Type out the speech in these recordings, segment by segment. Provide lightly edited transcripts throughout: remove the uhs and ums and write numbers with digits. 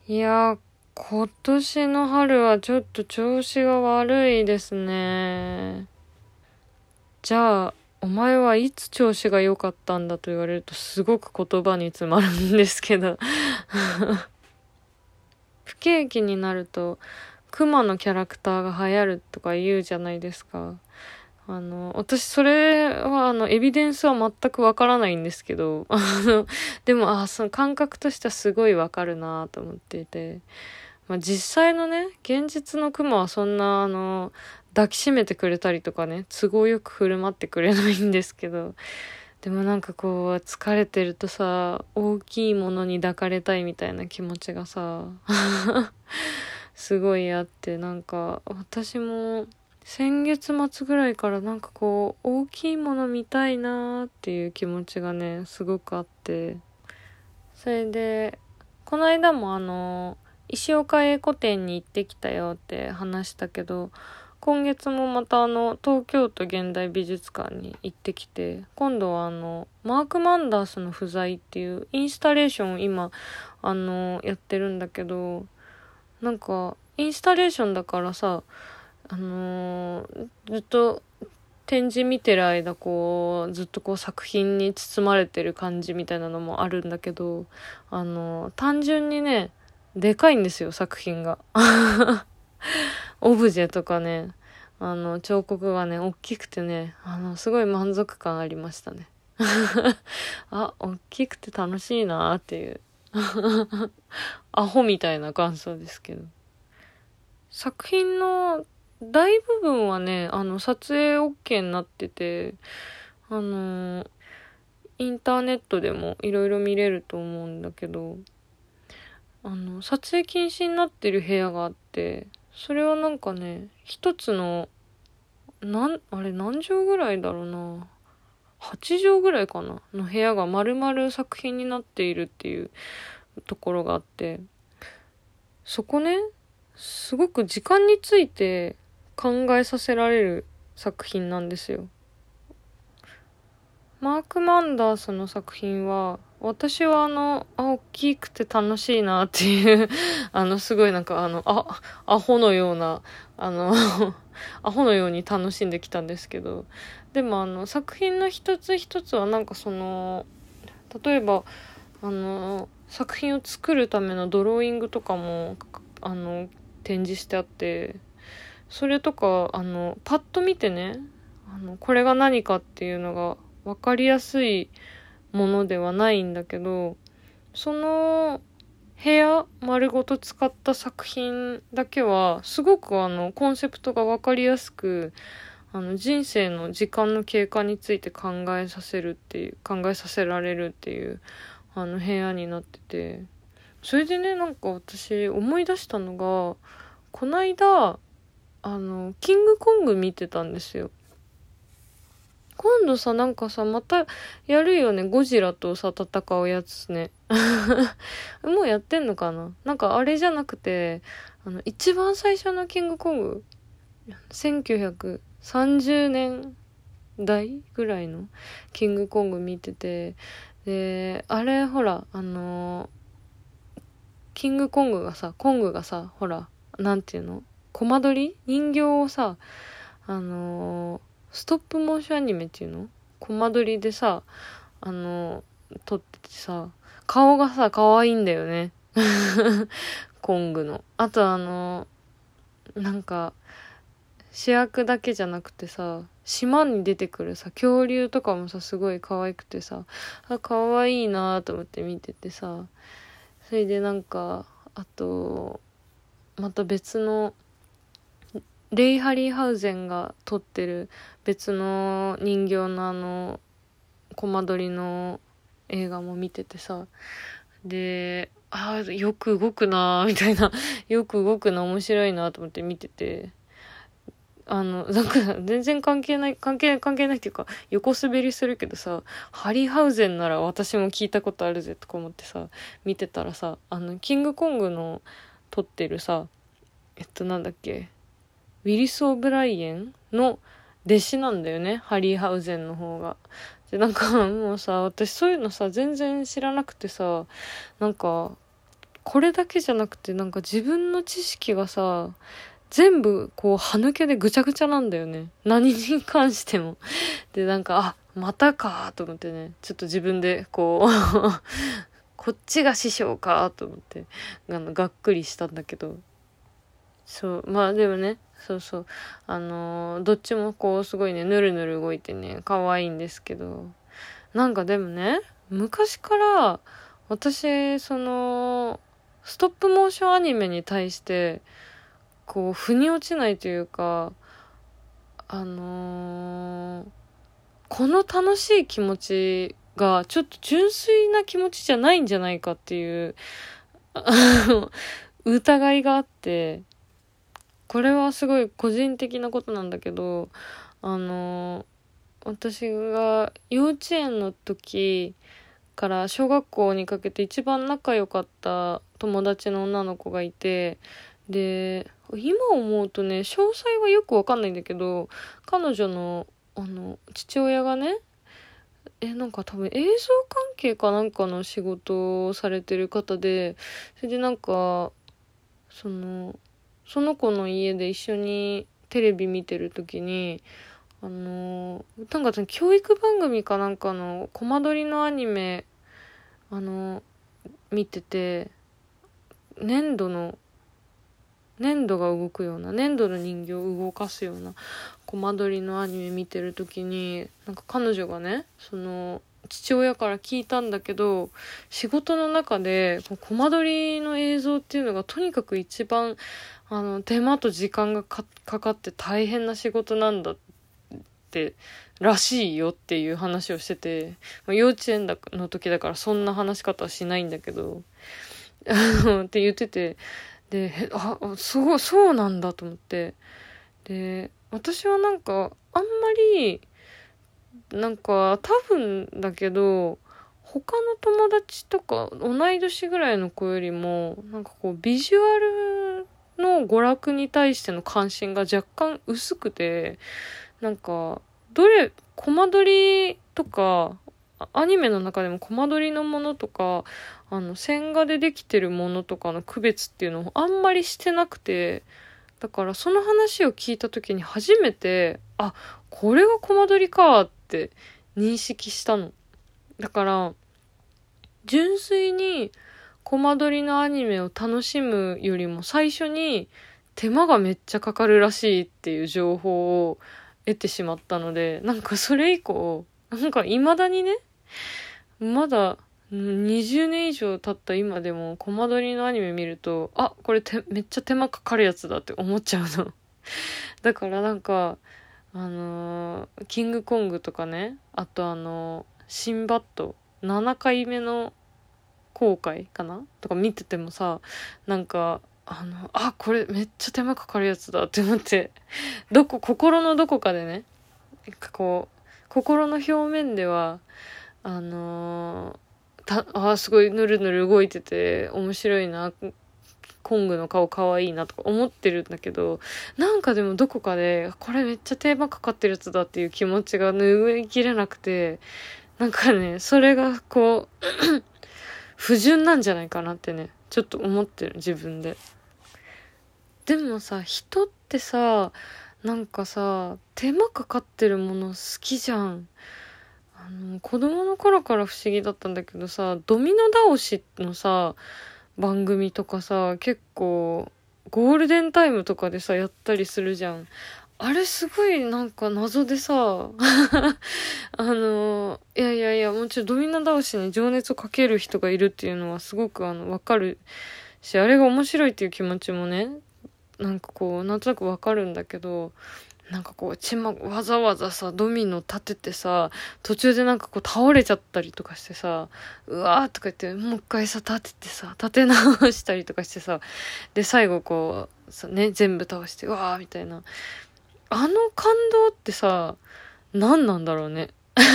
いや、今年の春はちょっと調子が悪いですね。じゃあ、お前はいつ調子が良かったんだと言われるとすごく言葉に詰まるんですけど。不景気になると、クマのキャラクターが流行るとか言うじゃないですか。私、それは、エビデンスは全くわからないんですけど、でも、その感覚としてはすごいわかるなと思っていて、まあ、実際のね、現実のクマはそんな、抱きしめてくれたりとかね、都合よく振る舞ってくれないんですけど、でもなんかこう、疲れてるとさ、大きいものに抱かれたいみたいな気持ちがさ、すごいあって、なんか、私も、先月末ぐらいからなんかこう、大きいもの見たいなーっていう気持ちがね、すごくあって、それで、この間も石岡英古店に行ってきたよって話したけど、今月もまた東京都現代美術館に行ってきて、今度はマーク・マンダースの不在っていうインスタレーションを今、やってるんだけど、なんか、インスタレーションだからさ、ずっと展示見てる間こうずっとこう作品に包まれてる感じみたいなのもあるんだけど、単純にねでかいんですよ作品が。オブジェとかね、彫刻がね大きくてね、すごい満足感ありましたね。大きくて楽しいなーっていうアホみたいな感想ですけど、作品の大部分はね、撮影 OK になってて、あの、インターネットでもいろいろ見れると思うんだけど、撮影禁止になってる部屋があって、それはなんかね、一つの、あれ何畳ぐらいだろうな。8畳ぐらいかなの部屋が丸々作品になっているっていうところがあって、そこね、すごく時間について考えさせられる作品なんですよ。マーク・マンダースの作品は、私は大きくて楽しいなっていうすごいなんかアホのような、アホのように楽しんできたんですけど、でも作品の一つ一つはなんか例えば、作品を作るためのドローイングとかも、展示してあって、それとか、パッと見てね、これが何かっていうのが分かりやすいものではないんだけど、その部屋丸ごと使った作品だけは、すごくコンセプトが分かりやすく、人生の時間の経過について考えさせられるっていう、部屋になってて、それでね、なんか私思い出したのが、こないだ、キングコング見てたんですよ。今度さ、なんかさ、またやるよね。ゴジラとさ、戦うやつね。もうやってんのかな。なんかあれじゃなくて、一番最初のキングコング、1930年代ぐらいのキングコング見てて、で、あれほら、キングコングがさ、ほら、なんていうの、コマ撮り人形をさ、ストップモーションアニメっていうの、コマ撮りでさ、撮っててさ、顔がさ、可愛いんだよね。コングの。あとなんか、主役だけじゃなくてさ、島に出てくるさ、恐竜とかもさ、すごい可愛くてさ、可愛いなと思って見ててさ、それでなんか、あと、また別の、レイ・ハリーハウゼンが撮ってる別の人形のコマ撮りの映画も見ててさ、で、よく動くなーみたいな、よく動くな、面白いなと思って見てて、なんか全然関係ないっていうか、横滑りするけどさ、ハリーハウゼンなら私も聞いたことあるぜとか思ってさ、見てたらさ、キングコングの撮ってるさ、なんだっけ、ウィリス・オブライエンの弟子なんだよね、ハリーハウゼンの方が。で、なんかもうさ、私そういうのさ、全然知らなくてさ、なんか、 これだけじゃなくて、なんか自分の知識がさ、全部こう歯抜けでぐちゃぐちゃなんだよね。何に関しても。で、なんか、またかと思ってね、ちょっと自分でこうこっちが師匠かと思って、がっくりしたんだけど。そう、まあでもね、そうそう。どっちもこうすごいね、ぬるぬる動いてね、可愛いんですけど。なんかでもね、昔から、私、ストップモーションアニメに対して、こう、腑に落ちないというか、この楽しい気持ちが、ちょっと純粋な気持ちじゃないんじゃないかっていう、疑いがあって、これはすごい個人的なことなんだけど、私が幼稚園の時から小学校にかけて一番仲良かった友達の女の子がいて、で、今思うとね、詳細はよくわかんないんだけど、彼女の、父親がね、なんか多分映像関係かなんかの仕事をされてる方で、それでなんか、その子の家で一緒にテレビ見てる時に、なんか教育番組かなんかのコマ撮りのアニメ、見てて、粘土が動くような、粘土の人形を動かすようなコマ撮りのアニメ見てる時に、なんか彼女がね、父親から聞いたんだけど、仕事の中でコマ撮りの映像っていうのがとにかく一番手間と時間がかかって大変な仕事なんだってらしいよっていう話をしてて、幼稚園の時だからそんな話し方はしないんだけどって言ってて、で、すごい、そうなんだと思って。で、私はなんか、あんまり、なんか、多分だけど、他の友達とか、同い年ぐらいの子よりも、なんかこう、ビジュアルの娯楽に対しての関心が若干薄くて、なんか、コマ撮りとか、アニメの中でもコマ撮りのものとか、線画でできてるものとかの区別っていうのをあんまりしてなくて、だからその話を聞いた時に初めて、これがコマ撮りかって認識したの。だから、純粋にコマ撮りのアニメを楽しむよりも最初に手間がめっちゃかかるらしいっていう情報を得てしまったので、なんかそれ以降、なんか未だにね、まだ20年以上経った今でもコマ撮りのアニメ見ると、これめっちゃ手間かかるやつだって思っちゃうの。だからなんか、キングコングとかね、あとシンバッド、7回目の航海かなとか見ててもさ、なんか、これめっちゃ手間かかるやつだって思って、心のどこかでね、こう、心の表面では、すごいヌルヌル動いてて面白いな、コングの顔可愛いなとか思ってるんだけど、なんかでもどこかで、これめっちゃ手間かかってるやつだっていう気持ちが拭いきれなくて、なんかね、それがこう、不純なんじゃないかなってね、ちょっと思ってる、自分で。でもさ、人ってさ、なんかさ、手間かかってるもの好きじゃん。子供の頃から不思議だったんだけどさ、ドミノ倒しのさ、番組とかさ、結構、ゴールデンタイムとかでさ、やったりするじゃん。あれすごいなんか謎でさ、いやいやいや、もちろんドミノ倒しに情熱をかける人がいるっていうのはすごくわかるし、あれが面白いっていう気持ちもね、なんかこう、なんとなくわかるんだけど、なんかこう、わざわざさ、ドミノ立ててさ、途中でなんかこう倒れちゃったりとかしてさ、うわーとか言って、もう一回さ、立て直したりとかしてさ、で、最後こう、全部倒して、うわーみたいな。あの感動ってさ、何なんだろうね。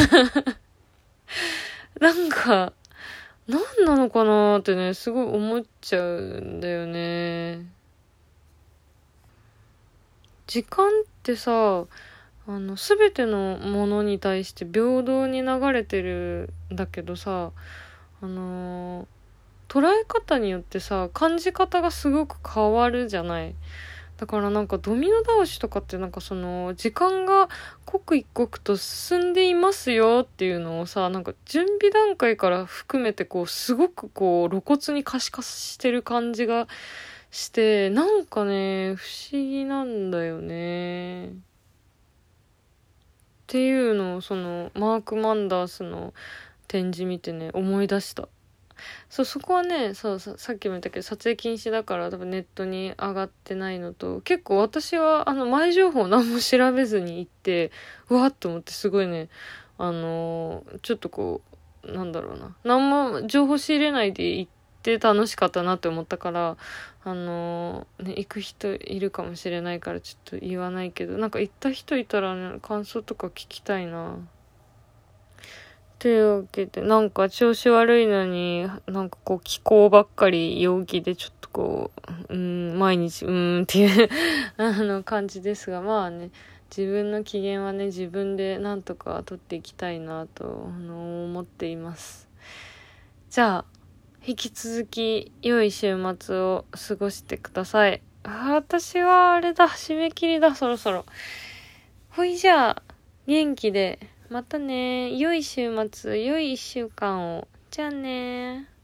なんか、何なのかなーってね、すごい思っちゃうんだよね。時間ってさ、すべてのものに対して平等に流れてるんだけどさ、あの捉え方によってさ、感じ方がすごく変わるじゃない。だからなんかドミノ倒しとかってなんかその時間が刻一刻と進んでいますよっていうのをさ、なんか準備段階から含めてこうすごくこう露骨に可視化してる感じがして、なんかね、不思議なんだよね。っていうのをそのマーク・マンダースの展示見てね、思い出した。そこはね、さっきも言ったけど、撮影禁止だから多分ネットに上がってないのと、結構私は前情報何も調べずに行って、うわっと思ってすごいね、ちょっとこう、なんだろうな。何も情報仕入れないで行って楽しかったなって思ったから、行く人いるかもしれないからちょっと言わないけど、なんか行った人いたらね、感想とか聞きたいな。というわけで、なんか調子悪いのに、なんかこう気候ばっかり陽気でちょっとこう、毎日、っていう感じですが、まあね、自分の機嫌はね、自分でなんとか取っていきたいなと、思っています。じゃあ、引き続き良い週末を過ごしてください。私はあれだ、締め切りだ、そろそろ。ほいじゃあ、元気で。またね。良い週末、良い一週間を。じゃあね。